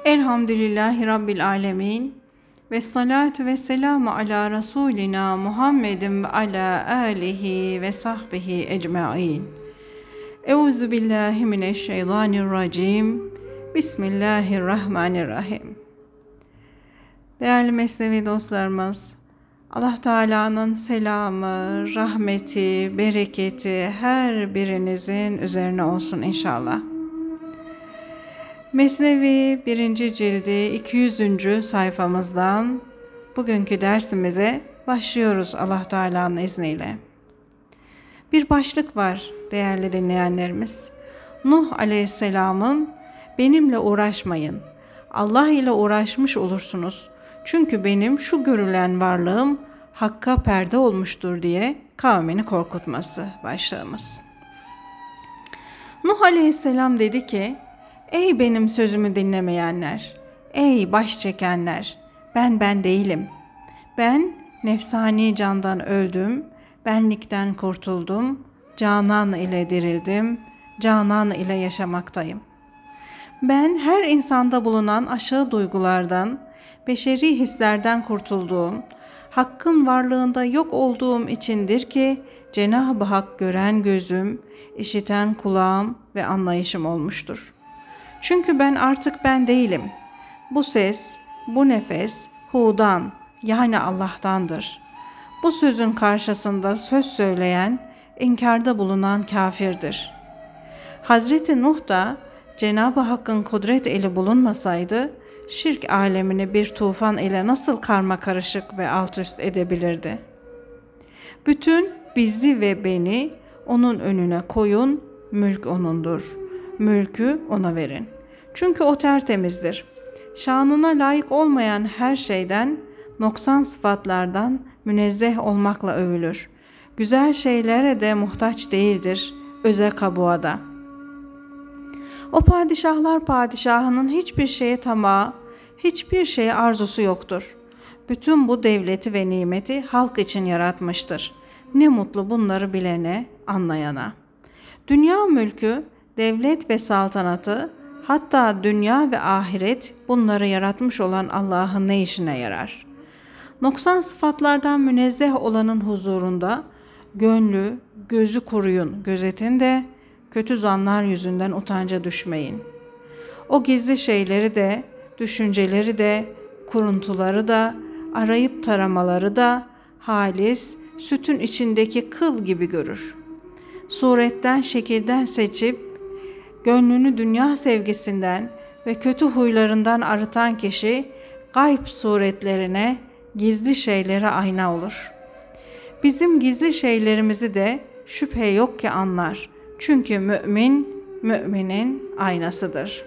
Elhamdülillahi Rabbil Alemin. Ve salatu ve selamu ala Resulina Muhammedin ve ala alihi ve sahbihi ecma'in. Euzu billahi mineşşeytanirracim. Bismillahirrahmanirrahim. Değerli Mesnevi dostlarımız, Allah Teala'nın selamı, rahmeti, bereketi her birinizin üzerine olsun inşallah. Mesnevi 1. cildi 200. sayfamızdan bugünkü dersimize başlıyoruz Allah Teala'nın izniyle. Bir başlık var değerli dinleyenlerimiz. Nuh Aleyhisselam'ın benimle uğraşmayın, Allah ile uğraşmış olursunuz. Çünkü benim şu görülen varlığım hakka perde olmuştur diye kavmini korkutması başlığımız. Nuh Aleyhisselam dedi ki, ey benim sözümü dinlemeyenler, ey baş çekenler, ben değilim. Ben nefsani candan öldüm, benlikten kurtuldum, canan ile dirildim, canan ile yaşamaktayım. Ben her insanda bulunan aşağı duygulardan, beşeri hislerden kurtulduğum, hakkın varlığında yok olduğum içindir ki Cenab-ı Hak gören gözüm, işiten kulağım ve anlayışım olmuştur. Çünkü ben artık ben değilim. Bu ses, bu nefes Hu'dan yani Allah'tandır. Bu sözün karşısında söz söyleyen, inkarda bulunan kafirdir. Hazreti Nuh da Cenab-ı Hakk'ın kudret eli bulunmasaydı, şirk alemini bir tufan ile nasıl karmakarışık ve alt üst edebilirdi? Bütün bizi ve beni onun önüne koyun, mülk onundur. Mülkü ona verin. Çünkü o tertemizdir. Şanına layık olmayan her şeyden, noksan sıfatlardan münezzeh olmakla övülür. Güzel şeylere de muhtaç değildir, öze kabuğa da. O padişahlar padişahının hiçbir şeye tamağı, hiçbir şeye arzusu yoktur. Bütün bu devleti ve nimeti halk için yaratmıştır. Ne mutlu bunları bilene, anlayana. Dünya mülkü, devlet ve saltanatı, hatta dünya ve ahiret bunları yaratmış olan Allah'ın ne işine yarar? Noksan sıfatlardan münezzeh olanın huzurunda gönlü, gözü koruyun, gözetin de kötü zanlar yüzünden utanca düşmeyin. O gizli şeyleri de, düşünceleri de, kuruntuları da, arayıp taramaları da halis, sütün içindeki kıl gibi görür. Suretten, şekilden seçip, gönlünü dünya sevgisinden ve kötü huylarından arıtan kişi, gayb suretlerine, gizli şeylere ayna olur. Bizim gizli şeylerimizi de şüphe yok ki anlar. Çünkü mümin, müminin aynasıdır.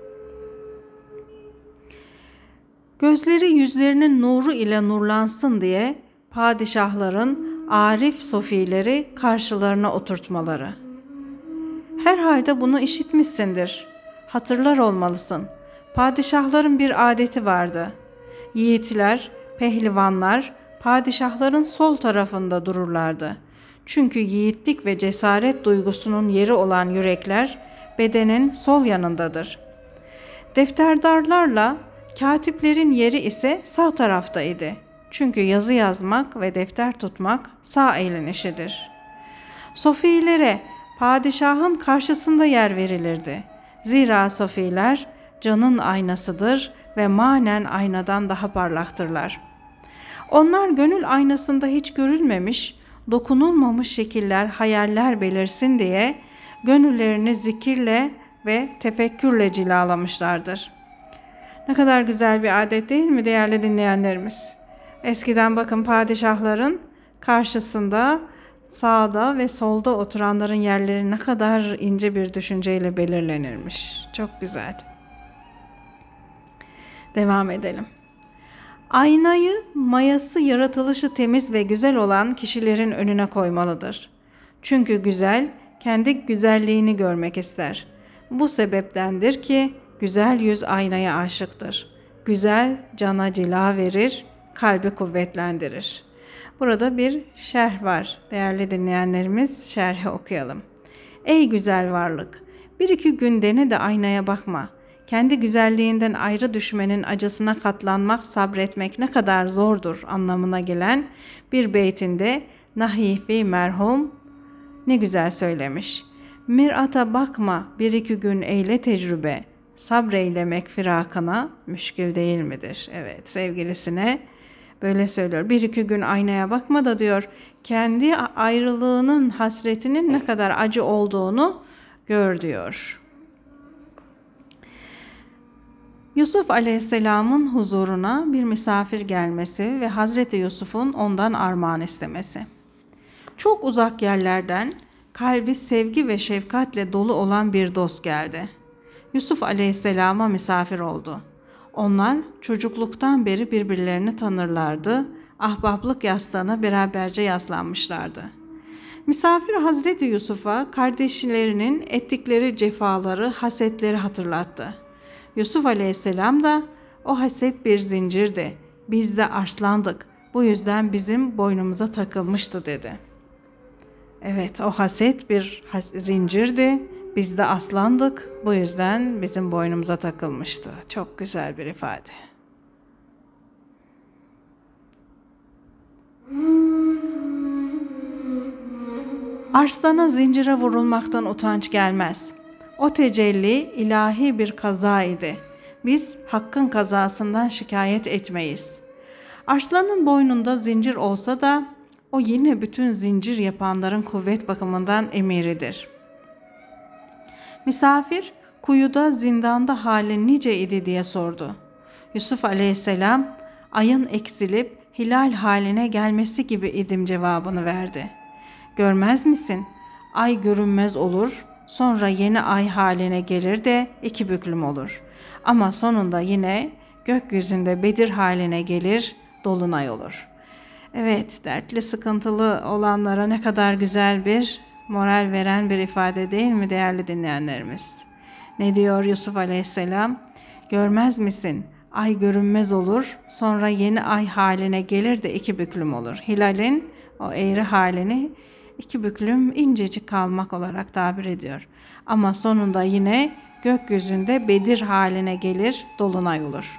Gözleri yüzlerinin nuru ile nurlansın diye padişahların arif sofileri karşılarına oturtmaları. Herhalde bunu işitmişsindir. Hatırlar olmalısın. Padişahların bir adeti vardı. Yiğitler, pehlivanlar padişahların sol tarafında dururlardı. Çünkü yiğitlik ve cesaret duygusunun yeri olan yürekler bedenin sol yanındadır. Defterdarlarla katiplerin yeri ise sağ taraftaydı. Çünkü yazı yazmak ve defter tutmak sağ elin işidir. Sofilere padişahın karşısında yer verilirdi. Zira sofiler canın aynasıdır ve manen aynadan daha parlaktırlar. Onlar gönül aynasında hiç görülmemiş, dokunulmamış şekiller, hayaller belirsin diye gönüllerini zikirle ve tefekkürle cilalamışlardır. Ne kadar güzel bir adet değil mi değerli dinleyenlerimiz? Eskiden bakın padişahların karşısında sağda ve solda oturanların yerleri ne kadar ince bir düşünceyle belirlenirmiş. Çok güzel. Devam edelim. Aynayı, mayası yaratılışı temiz ve güzel olan kişilerin önüne koymalıdır. Çünkü güzel, kendi güzelliğini görmek ister. Bu sebeptendir ki güzel yüz aynaya aşıktır. Güzel cana cila verir, kalbi kuvvetlendirir. Burada bir şerh var. Değerli dinleyenlerimiz, şerhi okuyalım. Ey güzel varlık! Bir iki gün dene de aynaya bakma. Kendi güzelliğinden ayrı düşmenin acısına katlanmak, sabretmek ne kadar zordur anlamına gelen bir beytinde Nahifi merhum ne güzel söylemiş. Mir'ata bakma, bir iki gün eyle tecrübe, sabreylemek firakına müşkil değil midir? Evet, sevgilisine böyle söylüyor. Bir iki gün aynaya bakma da diyor, kendi ayrılığının, hasretinin ne kadar acı olduğunu gör diyor. Yusuf Aleyhisselam'ın huzuruna bir misafir gelmesi ve Hazreti Yusuf'un ondan armağan istemesi. Çok uzak yerlerden kalbi sevgi ve şefkatle dolu olan bir dost geldi. Yusuf Aleyhisselam'a misafir oldu. Onlar çocukluktan beri birbirlerini tanırlardı, ahbaplık yastığına beraberce yaslanmışlardı. Misafir Hazreti Yusuf'a kardeşlerinin ettikleri cefaları, hasetleri hatırlattı. Yusuf Aleyhisselam da o haset bir zincirdi, biz de arslandık, bu yüzden bizim boynumuza takılmıştı dedi. Evet, o haset bir zincirdi, biz de aslandık, bu yüzden bizim boynumuza takılmıştı. Çok güzel bir ifade. Arslana zincire vurulmaktan utanç gelmez. O tecelli ilahi bir kaza idi. Biz hakkın kazasından şikayet etmeyiz. Arslanın boynunda zincir olsa da o yine bütün zincir yapanların kuvvet bakımından emiridir. Misafir kuyuda zindanda hali nice idi diye sordu. Yusuf Aleyhisselam ayın eksilip hilal haline gelmesi gibi idim cevabını verdi. Görmez misin? Ay görünmez olur, sonra yeni ay haline gelir de iki büklüm olur. Ama sonunda yine gökyüzünde Bedir haline gelir, dolunay olur. Evet, dertli sıkıntılı olanlara ne kadar güzel bir moral veren bir ifade değil mi değerli dinleyenlerimiz? Ne diyor Yusuf Aleyhisselam? Görmez misin? Ay görünmez olur, sonra yeni ay haline gelir de iki büklüm olur. Hilalin o eğri halini iki büklüm incecik kalmak olarak tabir ediyor. Ama sonunda yine gökyüzünde Bedir haline gelir, dolunay olur.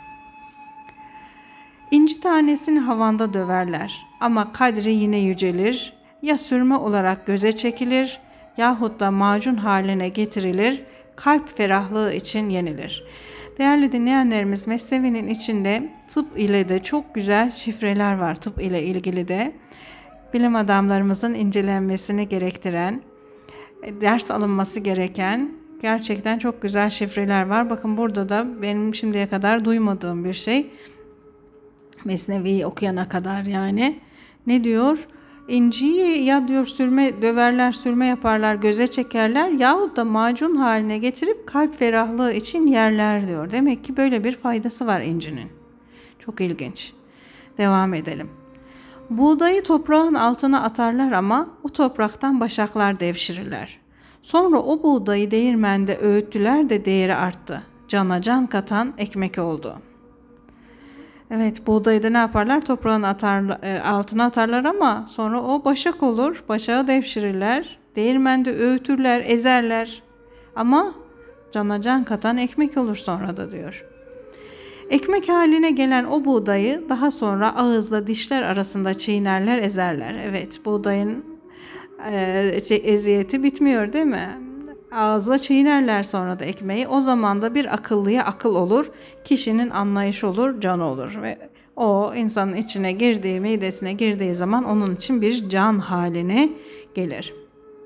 İnci tanesini havanda döverler ama kadri yine yücelir, ya sürme olarak göze çekilir yahut da macun haline getirilir, kalp ferahlığı için yenilir. Değerli dinleyenlerimiz, Mesnevi'nin içinde tıp ile de çok güzel şifreler var. Tıp ile ilgili de bilim adamlarımızın incelenmesini gerektiren, ders alınması gereken gerçekten çok güzel şifreler var. Bakın burada da benim şimdiye kadar duymadığım bir şey. Mesnevi'yi okuyana kadar yani. Ne diyor? İnciyi ya diyor döverler, sürme yaparlar, göze çekerler yahut da macun haline getirip kalp ferahlığı için yerler diyor. Demek ki böyle bir faydası var incinin. Çok ilginç. Devam edelim. Buğdayı toprağın altına atarlar ama o topraktan başaklar devşirirler. Sonra o buğdayı değirmende öğüttüler de değeri arttı. Cana can katan ekmek oldu. Evet, buğdayı da ne yaparlar? Toprağın altına atarlar ama sonra o başak olur. Başağı devşirirler. Değirmende öğütürler, ezerler. Ama cana can katan ekmek olur sonra da diyor. Ekmek haline gelen o buğdayı daha sonra ağızla dişler arasında çiğnerler, ezerler. Evet, buğdayın eziyeti bitmiyor değil mi? Ağızla çiğnerler sonra da ekmeği. O zaman da bir akıllıya akıl olur, kişinin anlayış olur, can olur. Ve o insanın içine girdiği, midesine girdiği zaman onun için bir can haline gelir.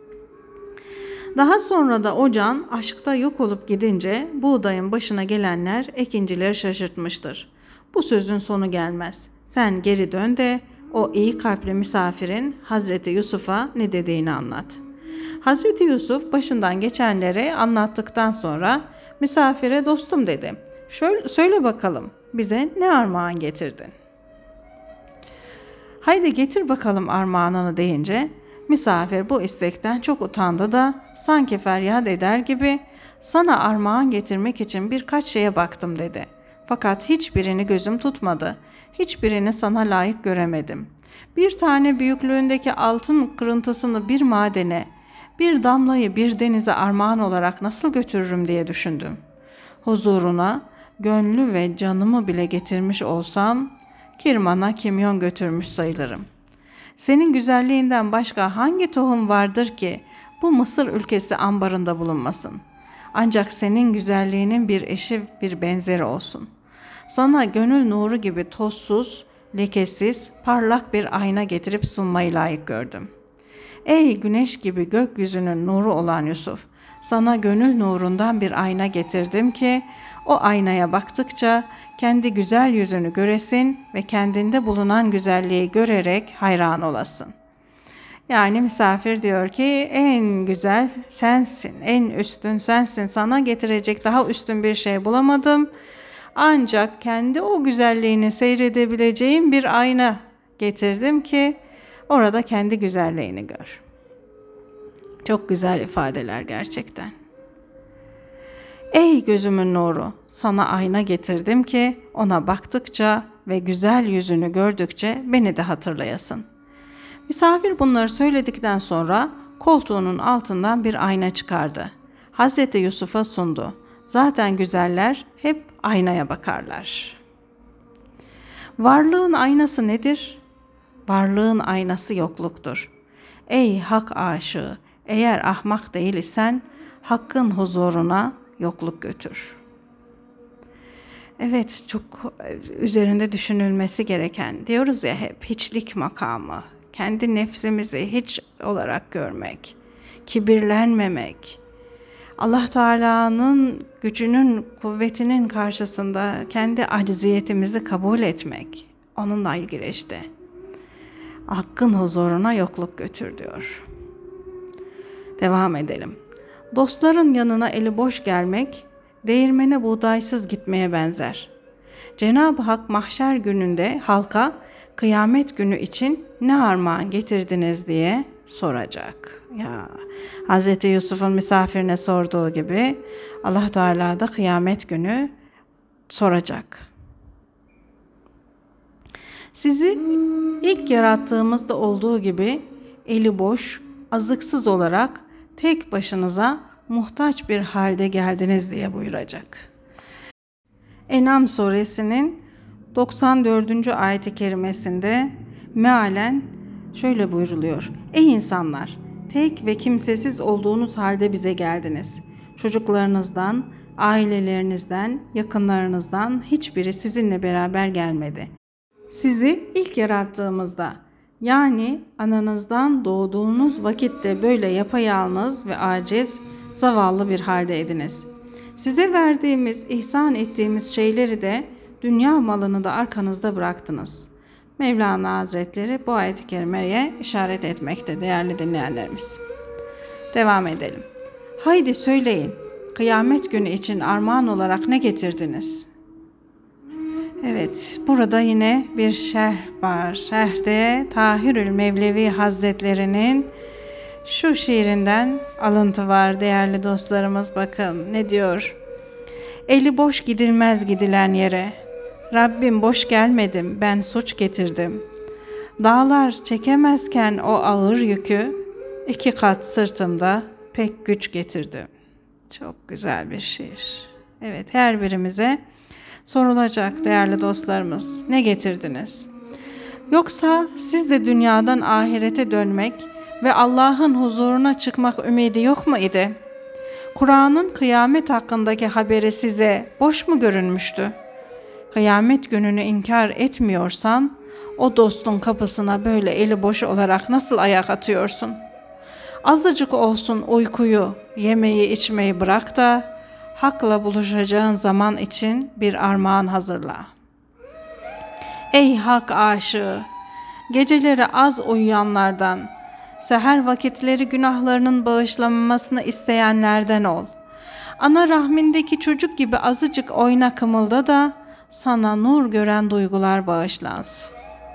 Daha sonra da o can aşkta yok olup gidince buğdayın başına gelenler ekincileri şaşırtmıştır. Bu sözün sonu gelmez. Sen geri dön de o iyi kalpli misafirin Hazreti Yusuf'a ne dediğini anlat. Hazreti Yusuf başından geçenleri anlattıktan sonra misafire dostum dedi. Söyle bakalım bize ne armağan getirdin? Haydi getir bakalım armağanını deyince misafir bu istekten çok utandı da sanki feryat eder gibi sana armağan getirmek için birkaç şeye baktım dedi. Fakat hiçbirini gözüm tutmadı. Hiçbirini sana layık göremedim. Bir tane büyüklüğündeki altın kırıntısını bir madene, bir damlayı bir denize armağan olarak nasıl götürürüm diye düşündüm. huzuruna gönlü ve canımı bile getirmiş olsam, kirmana kimyon götürmüş sayılırım. Senin güzelliğinden başka hangi tohum vardır ki bu Mısır ülkesi ambarında bulunmasın? Ancak senin güzelliğinin bir eşi, bir benzeri olsun. Sana gönül nuru gibi tozsuz, lekesiz, parlak bir ayna getirip sunmayı layık gördüm. Ey güneş gibi gökyüzünün nuru olan Yusuf, sana gönül nurundan bir ayna getirdim ki o aynaya baktıkça kendi güzel yüzünü göresin ve kendinde bulunan güzelliği görerek hayran olasın. Yani misafir diyor ki en güzel sensin, en üstün sensin. Sana getirecek daha üstün bir şey bulamadım. Ancak kendi o güzelliğini seyredebileceğim bir ayna getirdim ki orada kendi güzelliğini gör. Çok güzel ifadeler gerçekten. Ey gözümün nuru, sana ayna getirdim ki ona baktıkça ve güzel yüzünü gördükçe beni de hatırlayasın. Misafir bunları söyledikten sonra koltuğunun altından bir ayna çıkardı. Hazreti Yusuf'a sundu. Zaten güzeller hep aynaya bakarlar. Varlığın aynası nedir? Varlığın aynası yokluktur. Ey hak aşığı, eğer ahmak değil isen hakkın huzuruna yokluk götür. Evet, çok üzerinde düşünülmesi gereken, diyoruz ya hep, hiçlik makamı, kendi nefsimizi hiç olarak görmek, kibirlenmemek, Allah Teala'nın gücünün, kuvvetinin karşısında kendi acziyetimizi kabul etmek, onunla ilgili işte. Hakkın huzuruna yokluk götür diyor. Devam edelim. Dostların yanına eli boş gelmek, değirmene buğdaysız gitmeye benzer. Cenab-ı Hak mahşer gününde halka kıyamet günü için ne armağan getirdiniz diye soracak. Ya Hz. Yusuf'un misafirine sorduğu gibi Allah Teala da kıyamet günü soracak. Sizi ilk yarattığımızda olduğu gibi eli boş, azıksız olarak tek başınıza muhtaç bir halde geldiniz diye buyuracak. En'am suresinin 94. ayet-i kerimesinde mealen şöyle buyruluyor. Ey insanlar! Tek ve kimsesiz olduğunuz halde bize geldiniz. Çocuklarınızdan, ailelerinizden, yakınlarınızdan hiçbiri sizinle beraber gelmedi. Sizi ilk yarattığımızda, yani ananızdan doğduğunuz vakitte böyle yapayalnız ve aciz, zavallı bir haldeydiniz. Size verdiğimiz, ihsan ettiğimiz şeyleri de, dünya malını da arkanızda bıraktınız. Mevlana Hazretleri bu ayet-i kerimeye işaret etmekte değerli dinleyenlerimiz. Devam edelim. Haydi söyleyin, kıyamet günü için armağan olarak ne getirdiniz? Evet, burada yine bir şerh var. Şerhte Tahirül Mevlevi Hazretleri'nin şu şiirinden alıntı var değerli dostlarımız. Bakın ne diyor? Eli boş gidilmez gidilen yere. Rabbim boş gelmedim, ben suç getirdim. Dağlar çekemezken o ağır yükü, 2 kat sırtımda pek güç getirdim. Çok güzel bir şiir. Evet, her birimize sorulacak değerli dostlarımız. Ne getirdiniz? Yoksa siz de dünyadan ahirete dönmek ve Allah'ın huzuruna çıkmak ümidi yok mu idi? Kur'an'ın kıyamet hakkındaki haberi size boş mu görünmüştü? Kıyamet gününü inkar etmiyorsan, o dostun kapısına böyle eli boş olarak nasıl ayak atıyorsun? Azıcık olsun uykuyu, yemeği, içmeyi bırak da, hakla buluşacağın zaman için bir armağan hazırla. Ey hak aşığı! Geceleri az uyuyanlardan, seher vakitleri günahlarının bağışlanmasını isteyenlerden ol. Ana rahmindeki çocuk gibi azıcık oyna kımılda da, sana nur gören duygular bağışlansın.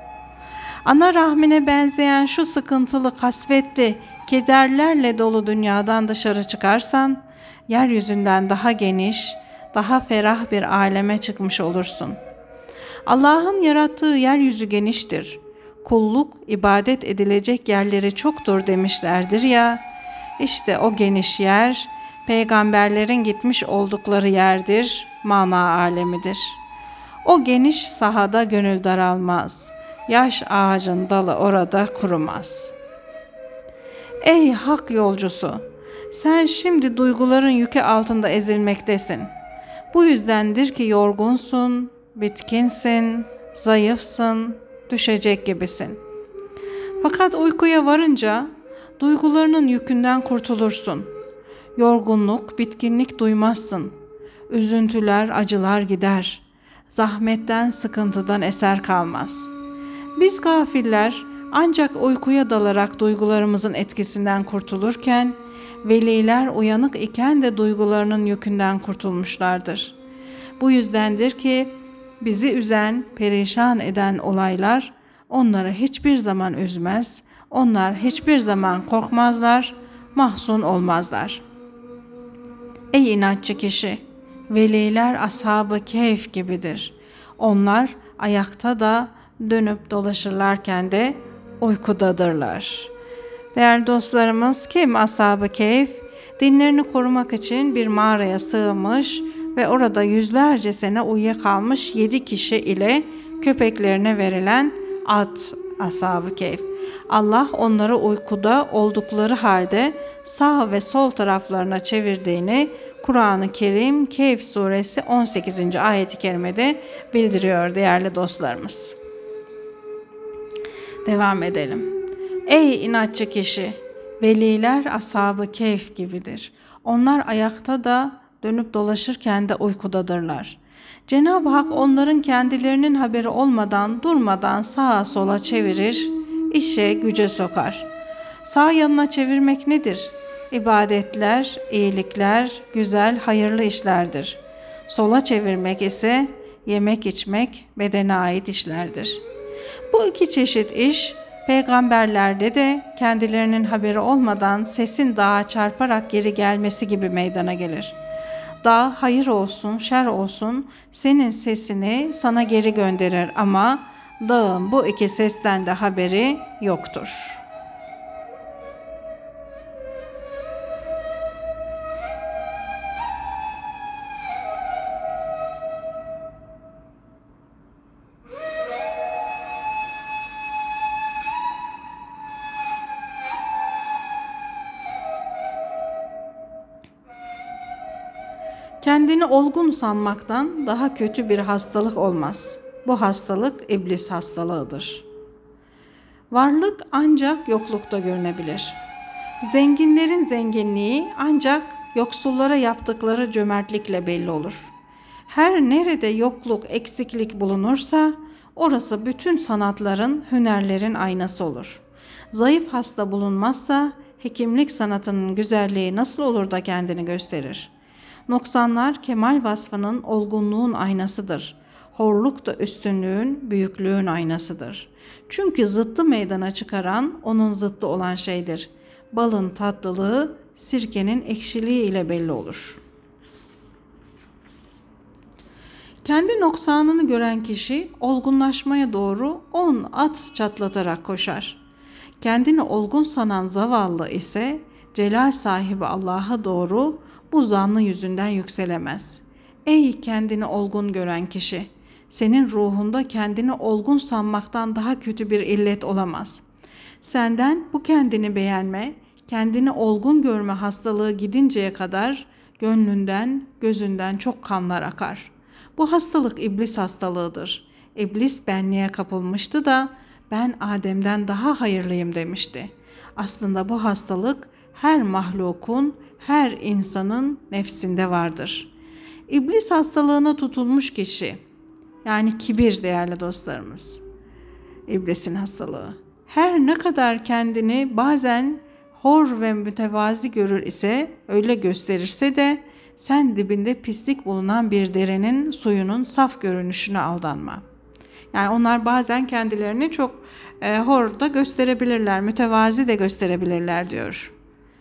Ana rahmine benzeyen şu sıkıntılı, kasvetli, kederlerle dolu dünyadan dışarı çıkarsan, yeryüzünden daha geniş, daha ferah bir aleme çıkmış olursun. Allah'ın yarattığı yeryüzü geniştir. Kulluk, ibadet edilecek yerleri çoktur demişlerdir ya, işte o geniş yer, Peygamberlerin gitmiş oldukları yerdir, mana alemidir. O geniş sahada gönül daralmaz, yaş ağacın dalı orada kurumaz. Ey hak yolcusu, sen şimdi duyguların yükü altında ezilmektesin. Bu yüzdendir ki yorgunsun, bitkinsin, zayıfsın, düşecek gibisin. Fakat uykuya varınca duygularının yükünden kurtulursun. Yorgunluk, bitkinlik duymazsın. Üzüntüler, acılar gider. Zahmetten, sıkıntıdan eser kalmaz. Biz gafiller ancak uykuya dalarak duygularımızın etkisinden kurtulurken, veliler uyanık iken de duygularının yükünden kurtulmuşlardır. Bu yüzdendir ki bizi üzen, perişan eden olaylar onları hiçbir zaman üzmez, onlar hiçbir zaman korkmazlar, mahzun olmazlar. Ey inatçı kişi! Veliler ashab-ı kehf gibidir. Onlar ayakta da dönüp dolaşırlarken de uykudadırlar. Değerli dostlarımız, kim ashab-ı kehf? Dinlerini korumak için bir mağaraya sığınmış ve orada yüzlerce sene uyuyakalmış 7 kişi ile köpeklerine verilen ad ashab-ı kehf. Allah onları uykuda oldukları halde sağ ve sol taraflarına çevirdiğini Kur'an-ı Kerim Kehf suresi 18. ayet-i kerimede bildiriyor değerli dostlarımız. Devam edelim. Ey inatçı kişi! Veliler ashab-ı kehf gibidir. Onlar ayakta da dönüp dolaşırken de uykudadırlar. Cenab-ı Hak onların kendilerinin haberi olmadan durmadan sağa sola çevirir, işe güce sokar. Sağ yanına çevirmek nedir? İbadetler, iyilikler, güzel, hayırlı işlerdir. Sola çevirmek ise yemek içmek, bedene ait işlerdir. Bu iki çeşit iş, peygamberlerde de kendilerinin haberi olmadan sesin dağa çarparak geri gelmesi gibi meydana gelir. Dağ hayır olsun, şer olsun senin sesini sana geri gönderir ama dağın bu iki sesten de haberi yoktur. Kendini olgun sanmaktan daha kötü bir hastalık olmaz. Bu hastalık iblis hastalığıdır. Varlık ancak yoklukta görünebilir. Zenginlerin zenginliği ancak yoksullara yaptıkları cömertlikle belli olur. Her nerede yokluk, eksiklik bulunursa orası bütün sanatların, hünerlerin aynası olur. Zayıf hasta bulunmazsa hekimlik sanatının güzelliği nasıl olur da kendini gösterir? Noksanlar kemal vasfının, olgunluğun aynasıdır. Horluk da üstünlüğün, büyüklüğün aynasıdır. Çünkü zıttı meydana çıkaran onun zıttı olan şeydir. Balın tatlılığı sirkenin ekşiliği ile belli olur. Kendi noksanını gören kişi olgunlaşmaya doğru 10 at çatlatarak koşar. Kendini olgun sanan zavallı ise celal sahibi Allah'a doğru bu zannı yüzünden yükselemez. Ey kendini olgun gören kişi! Senin ruhunda kendini olgun sanmaktan daha kötü bir illet olamaz. Senden bu kendini beğenme, kendini olgun görme hastalığı gidinceye kadar gönlünden, gözünden çok kanlar akar. Bu hastalık iblis hastalığıdır. İblis benliğe kapılmıştı da ben Adem'den daha hayırlıyım demişti. Aslında bu hastalık her mahlukun, her insanın nefsinde vardır. İblis hastalığına tutulmuş kişi, yani kibir değerli dostlarımız, İblisin hastalığı. Her ne kadar kendini bazen hor ve mütevazi görür ise, öyle gösterirse de sen dibinde pislik bulunan bir derenin suyunun saf görünüşüne aldanma. Yani onlar bazen kendilerini çok hor da gösterebilirler, mütevazi de gösterebilirler diyor.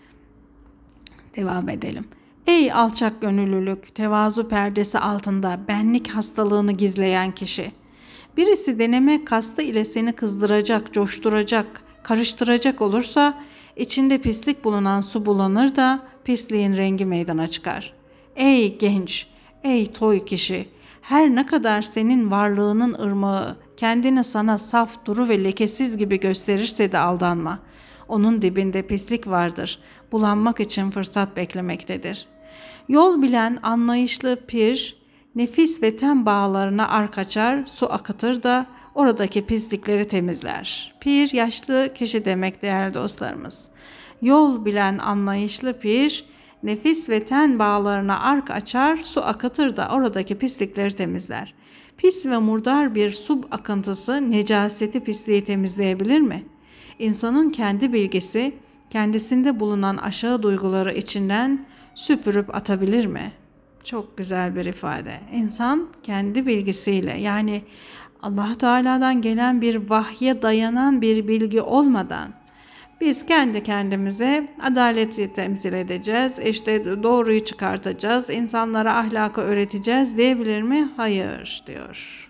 Devam edelim. Ey alçak gönüllülük, tevazu perdesi altında benlik hastalığını gizleyen kişi! Birisi deneme kastı ile seni kızdıracak, coşturacak, karıştıracak olursa içinde pislik bulunan su bulanır da pisliğin rengi meydana çıkar. Ey genç, ey toy kişi, her ne kadar senin varlığının ırmağı kendini sana saf, duru ve lekesiz gibi gösterirse de aldanma. Onun dibinde pislik vardır. Bulanmak için fırsat beklemektedir. Yol bilen anlayışlı pir, nefis ve ten bağlarına ark açar, su akıtır da oradaki pislikleri temizler. Pir, yaşlı kişi demek değerli dostlarımız. Yol bilen anlayışlı pir, nefis ve ten bağlarına ark açar, su akıtır da oradaki pislikleri temizler. Pis ve murdar bir su akıntısı necaseti pisliği temizleyebilir mi? İnsanın kendi bilgisi, kendisinde bulunan aşağı duyguları içinden süpürüp atabilir mi? Çok güzel bir ifade. İnsan kendi bilgisiyle, yani Allah Teala'dan gelen bir vahye dayanan bir bilgi olmadan biz kendi kendimize adaleti temsil edeceğiz, işte doğruyu çıkartacağız, insanlara ahlakı öğreteceğiz diyebilir mi? Hayır diyor.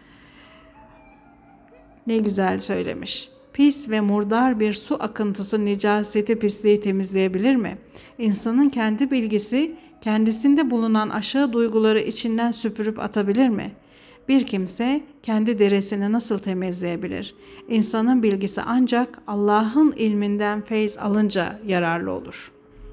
Ne güzel söylemiş. Pis ve murdar bir su akıntısı necaseti pisliği temizleyebilir mi? İnsanın kendi bilgisi, kendisinde bulunan aşağı duyguları içinden süpürüp atabilir mi? Bir kimse kendi deresini nasıl temizleyebilir? İnsanın bilgisi ancak Allah'ın ilminden feyz alınca yararlı olur.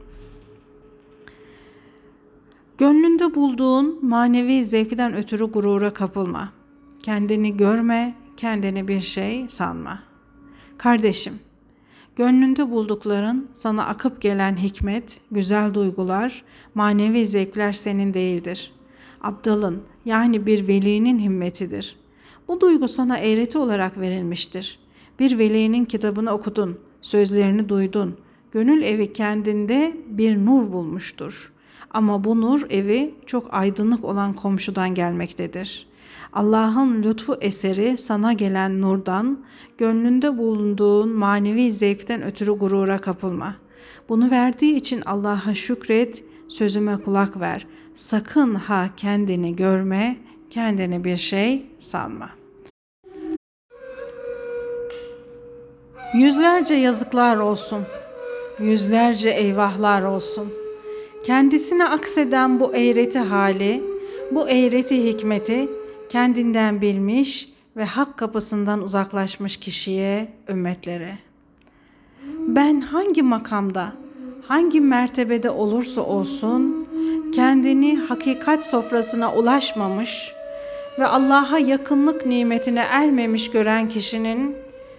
Gönlünde bulduğun manevi zevkiden ötürü gurura kapılma. Kendini görme, kendini bir şey sanma. Kardeşim, gönlünde buldukların, sana akıp gelen hikmet, güzel duygular, manevi zevkler senin değildir. Abdalın, yani bir velinin himmetidir. Bu duygu sana eğreti olarak verilmiştir. Bir velinin kitabını okudun, sözlerini duydun. Gönül evi kendinde bir nur bulmuştur. Ama bu nur evi çok aydınlık olan komşudan gelmektedir. Allah'ın lütfu eseri sana gelen nurdan, gönlünde bulunduğun manevi zevkten ötürü gurura kapılma. Bunu verdiği için Allah'a şükret, sözüme kulak ver. Sakın ha kendini görme, kendini bir şey sanma. Yüzlerce yazıklar olsun, yüzlerce eyvahlar olsun. Kendisine akseden bu eğreti hali, bu eğreti hikmeti kendinden bilmiş ve hak kapısından uzaklaşmış kişiye, ümmetlere. Ben hangi makamda, hangi mertebede olursa olsun kendini hakikat sofrasına ulaşmamış ve Allah'a yakınlık nimetine ermemiş gören kişinin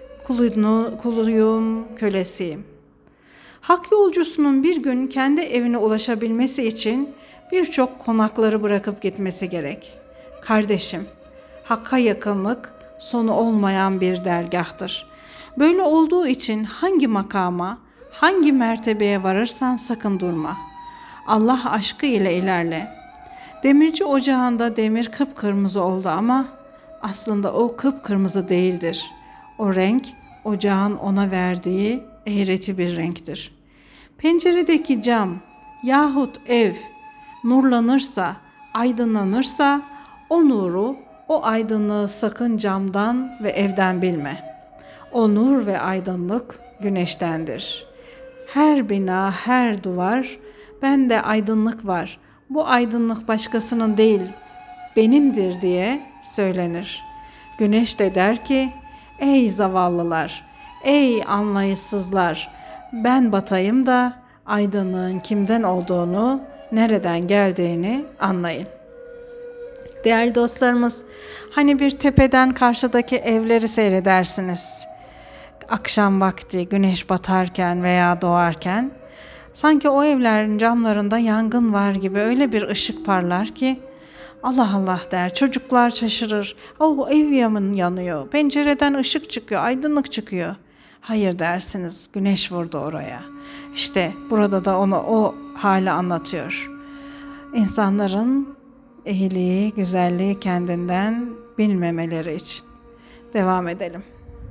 kuluyum, kölesiyim. Hak yolcusunun bir gün kendi evine ulaşabilmesi için birçok konakları bırakıp gitmesi gerek. Kardeşim, hakka yakınlık sonu olmayan bir dergahtır. Böyle olduğu için hangi makama, hangi mertebeye varırsan sakın durma. Allah aşkı ile ilerle. Demirci ocağında demir kıpkırmızı oldu ama aslında o kıpkırmızı değildir. O renk ocağın ona verdiği eğreti bir renktir. Penceredeki cam yahut ev nurlanırsa, aydınlanırsa o nuru, o aydınlığı sakın camdan ve evden bilme. O nur ve aydınlık güneştendir. Her bina, her duvar, bende aydınlık var. Bu aydınlık başkasının değil, benimdir diye söylenir. Güneş de der ki, ey zavallılar, ey anlayışsızlar, ben batayım da aydınlığın kimden olduğunu, nereden geldiğini anlayın. Değerli dostlarımız, hani bir tepeden karşıdaki evleri seyredersiniz. Akşam vakti güneş batarken veya doğarken sanki o evlerin camlarında yangın var gibi öyle bir ışık parlar ki Allah Allah der, çocuklar şaşırır. O ev yanıyor, pencereden ışık çıkıyor, aydınlık çıkıyor. Hayır dersiniz, güneş vurdu oraya. İşte burada da onu o hali anlatıyor. İnsanların iyiliği, güzelliği kendinden bilmemeleri için. Devam edelim.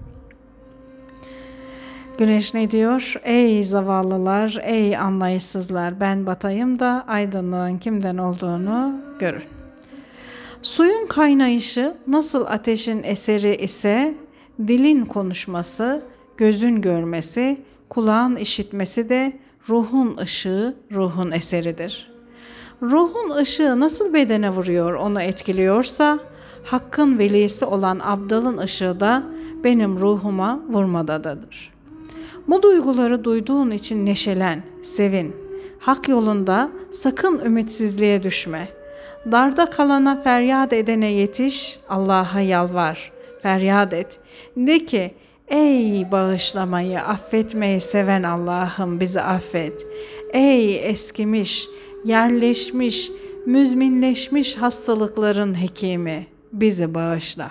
Güneş ne diyor? Ey zavallılar, ey anlayışsızlar, ben batayım da aydınlığın kimden olduğunu görün. Suyun kaynayışı nasıl ateşin eseri ise dilin konuşması, gözün görmesi, kulağın işitmesi de ruhun ışığı ruhun eseridir. Ruhun ışığı nasıl bedene vuruyor, onu etkiliyorsa, Hakk'ın velisi olan Abdal'ın ışığı da benim ruhuma vurmadadır. Bu duyguları duyduğun için neşelen, sevin. Hak yolunda sakın ümitsizliğe düşme. Darda kalana feryat edene yetiş, Allah'a yalvar, feryat et. De ki, ey bağışlamayı, affetmeyi seven Allah'ım bizi affet. Ey eskimiş, yerleşmiş, müzminleşmiş hastalıkların hekimi, bizi bağışla.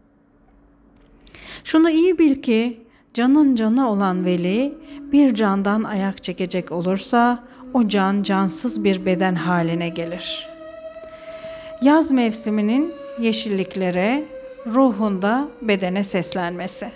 Şunu iyi bil ki, canın canı olan veli bir candan ayak çekecek olursa, o can cansız bir beden haline gelir. Yaz mevsiminin yeşilliklere, ruhunda bedene seslenmesi.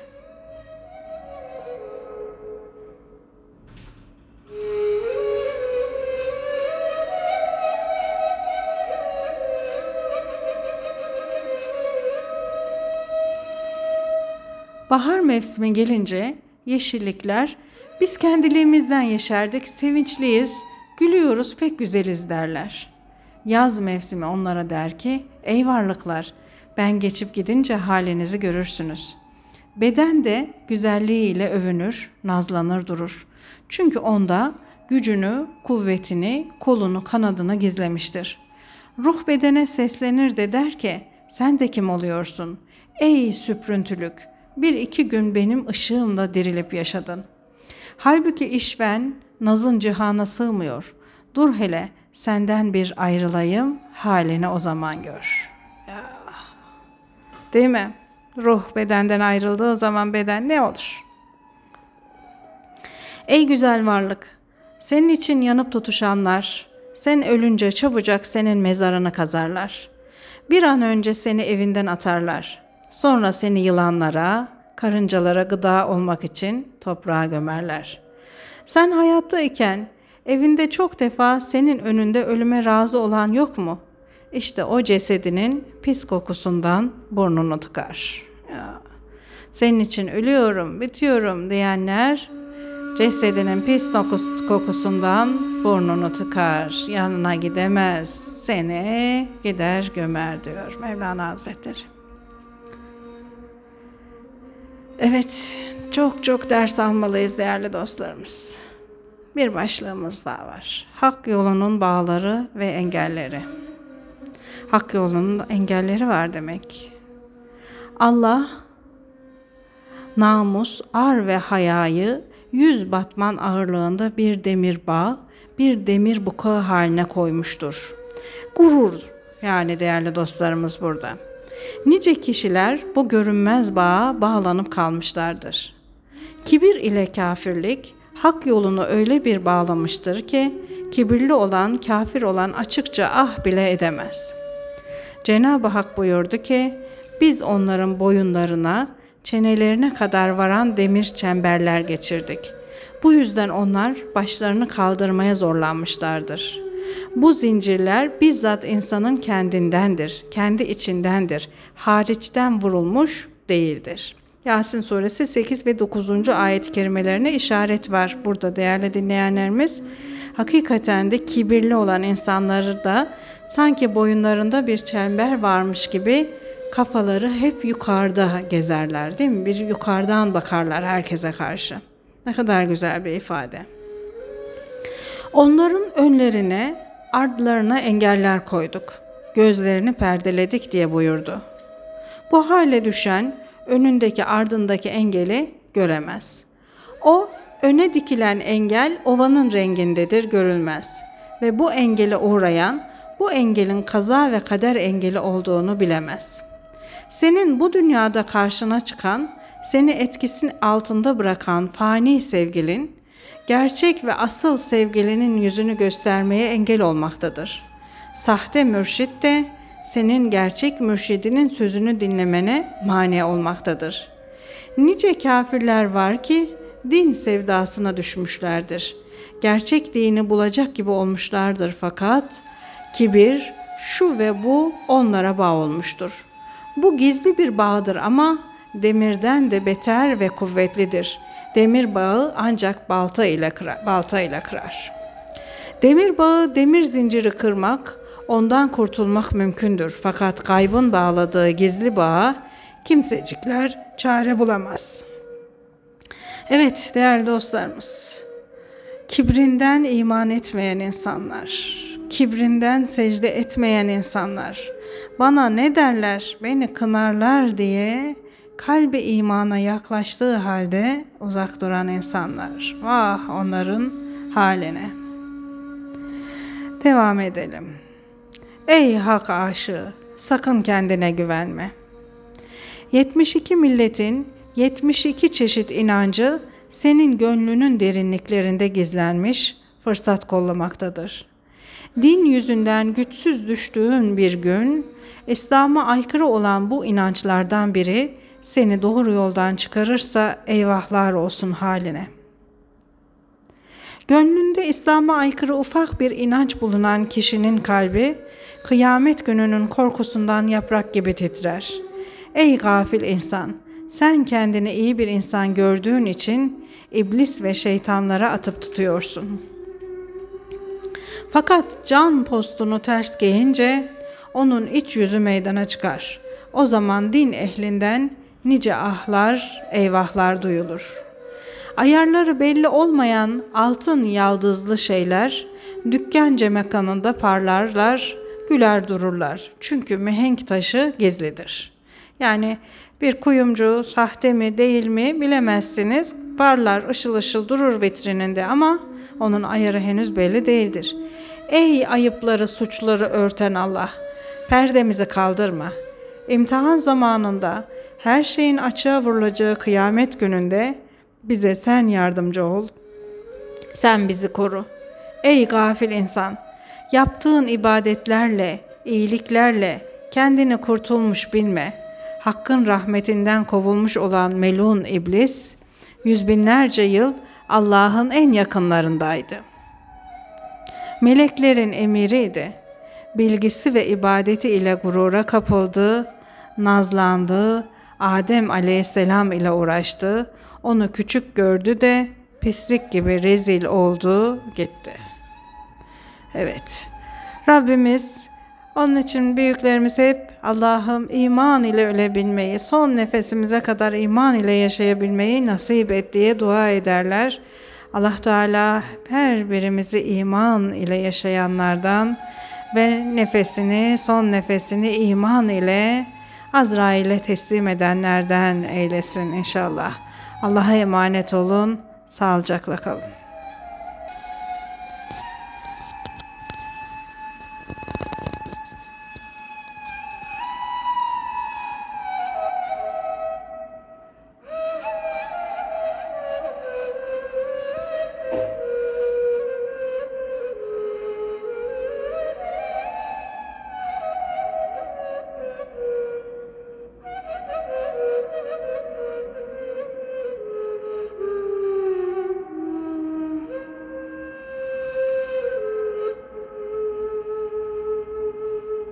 Bahar mevsimi gelince yeşillikler, biz kendiliğimizden yeşerdik, sevinçliyiz, gülüyoruz, pek güzeliz derler. Yaz mevsimi onlara der ki, ey varlıklar, ben geçip gidince halinizi görürsünüz. Beden de güzelliğiyle övünür, nazlanır durur. Çünkü onda gücünü, kuvvetini, kolunu, kanadını gizlemiştir. Ruh bedene seslenir de der ki, sen de kim oluyorsun? Ey süprüntülük, 1-2 gün benim ışığımla dirilip yaşadın. Halbuki işven, nazın cihana sığmıyor. Dur hele, senden bir ayrılayım, halini o zaman gör. Ya. Değil mi? Ruh bedenden ayrıldığı zaman beden ne olur? Ey güzel varlık, senin için yanıp tutuşanlar, sen ölünce çabucak senin mezarını kazarlar. Bir an önce seni evinden atarlar. Sonra seni yılanlara, karıncalara gıda olmak için toprağa gömerler. Sen hayattayken evinde çok defa senin önünde ölüme razı olan yok mu? İşte o cesedinin pis kokusundan burnunu tıkar. Ya, senin için ölüyorum, bitiyorum diyenler cesedinin pis kokusundan burnunu tıkar. Yanına gidemez, seni gider gömer diyor Mevlana Hazretleri. Evet, çok ders almalıyız değerli dostlarımız. Bir başlığımız daha var. Hak yolunun bağları ve engelleri. Hak yolunun engelleri var demek. Allah, namus, ar ve hayayı 100 batman ağırlığında bir demir bağ, bir demir bukağı haline koymuştur. Gurur yani değerli dostlarımız burada. Nice kişiler bu görünmez bağa bağlanıp kalmışlardır. Kibir ile kafirlik hak yolunu öyle bir bağlamıştır ki kibirli olan kafir olan açıkça ah bile edemez. Cenab-ı Hak buyurdu ki biz onların boyunlarına çenelerine kadar varan demir çemberler geçirdik. Bu yüzden onlar başlarını kaldırmaya zorlanmışlardır. Bu zincirler bizzat insanın kendindendir, kendi içindendir, hariçten vurulmuş değildir. Yasin suresi 8 ve 9. ayet-i kerimelerine işaret var burada değerli dinleyenlerimiz. Hakikaten de kibirli olan insanları da sanki boyunlarında bir çember varmış gibi kafaları hep yukarıda gezerler değil mi? Bir yukarıdan bakarlar herkese karşı. Ne kadar güzel bir ifade. Onların önlerine, ardlarına engeller koyduk. Gözlerini perdeledik diye buyurdu. Bu hale düşen önündeki ardındaki engeli göremez. O öne dikilen engel ovanın rengindedir, görülmez. Ve bu engele uğrayan bu engelin kaza ve kader engeli olduğunu bilemez. Senin bu dünyada karşına çıkan, seni etkisinin altında bırakan fani sevgilin, gerçek ve asıl sevgilinin yüzünü göstermeye engel olmaktadır. Sahte mürşit de senin gerçek mürşidinin sözünü dinlemene mani olmaktadır. Nice kafirler var ki din sevdasına düşmüşlerdir. Gerçek dini bulacak gibi olmuşlardır fakat kibir, şu ve bu onlara bağ olmuştur. Bu gizli bir bağdır ama demirden de beter ve kuvvetlidir. Demir bağı ancak balta ile kırar. Demir bağı, demir zinciri kırmak, ondan kurtulmak mümkündür. Fakat gaybın bağladığı gizli bağa kimsecikler çare bulamaz. Evet değerli dostlarımız, kibrinden iman etmeyen insanlar, kibrinden secde etmeyen insanlar, bana ne derler, beni kınarlar diye kalbi imana yaklaştığı halde uzak duran insanlar. Vah onların haline. Devam edelim. Ey hak aşığı, sakın kendine güvenme. 72 milletin 72 çeşit inancı senin gönlünün derinliklerinde gizlenmiş, fırsat kollamaktadır. Din yüzünden güçsüz düştüğün bir gün, İslam'a aykırı olan bu inançlardan biri seni doğru yoldan çıkarırsa eyvahlar olsun haline. Gönlünde İslam'a aykırı ufak bir inanç bulunan kişinin kalbi, kıyamet gününün korkusundan yaprak gibi titrer. Ey gafil insan! Sen kendini iyi bir insan gördüğün için iblis ve şeytanlara atıp tutuyorsun. Fakat can postunu ters giyince onun iç yüzü meydana çıkar. O zaman din ehlinden nice ahlar, eyvahlar duyulur. Ayarları belli olmayan altın yaldızlı şeyler dükkan mekanında parlarlar, güler dururlar. Çünkü mihenk taşı gizlidir. Yani bir kuyumcu sahte mi değil mi bilemezsiniz. Parlar ışıl ışıl durur vitrininde ama onun ayarı henüz belli değildir. Ey ayıpları suçları örten Allah! Perdemizi kaldırma. İmtihan zamanında her şeyin açığa vurulacağı kıyamet gününde bize sen yardımcı ol. Sen bizi koru. Ey gafil insan! Yaptığın ibadetlerle, iyiliklerle kendini kurtulmuş bilme. Hakkın rahmetinden kovulmuş olan melun iblis, yüz binlerce yıl Allah'ın en yakınlarındaydı. Meleklerin emiriydi. Bilgisi ve ibadeti ile gurura kapıldı, nazlandı, Adem aleyhisselam ile uğraştı, onu küçük gördü de pislik gibi rezil oldu, gitti. Evet, Rabbimiz onun için büyüklerimiz hep Allah'ım iman ile ölebilmeyi, son nefesimize kadar iman ile yaşayabilmeyi nasip et diye dua ederler. Allah Teala her birimizi iman ile yaşayanlardan ve son nefesini iman ile Azrail'e teslim edenlerden eylesin inşallah. Allah'a emanet olun, sağlıcakla kalın.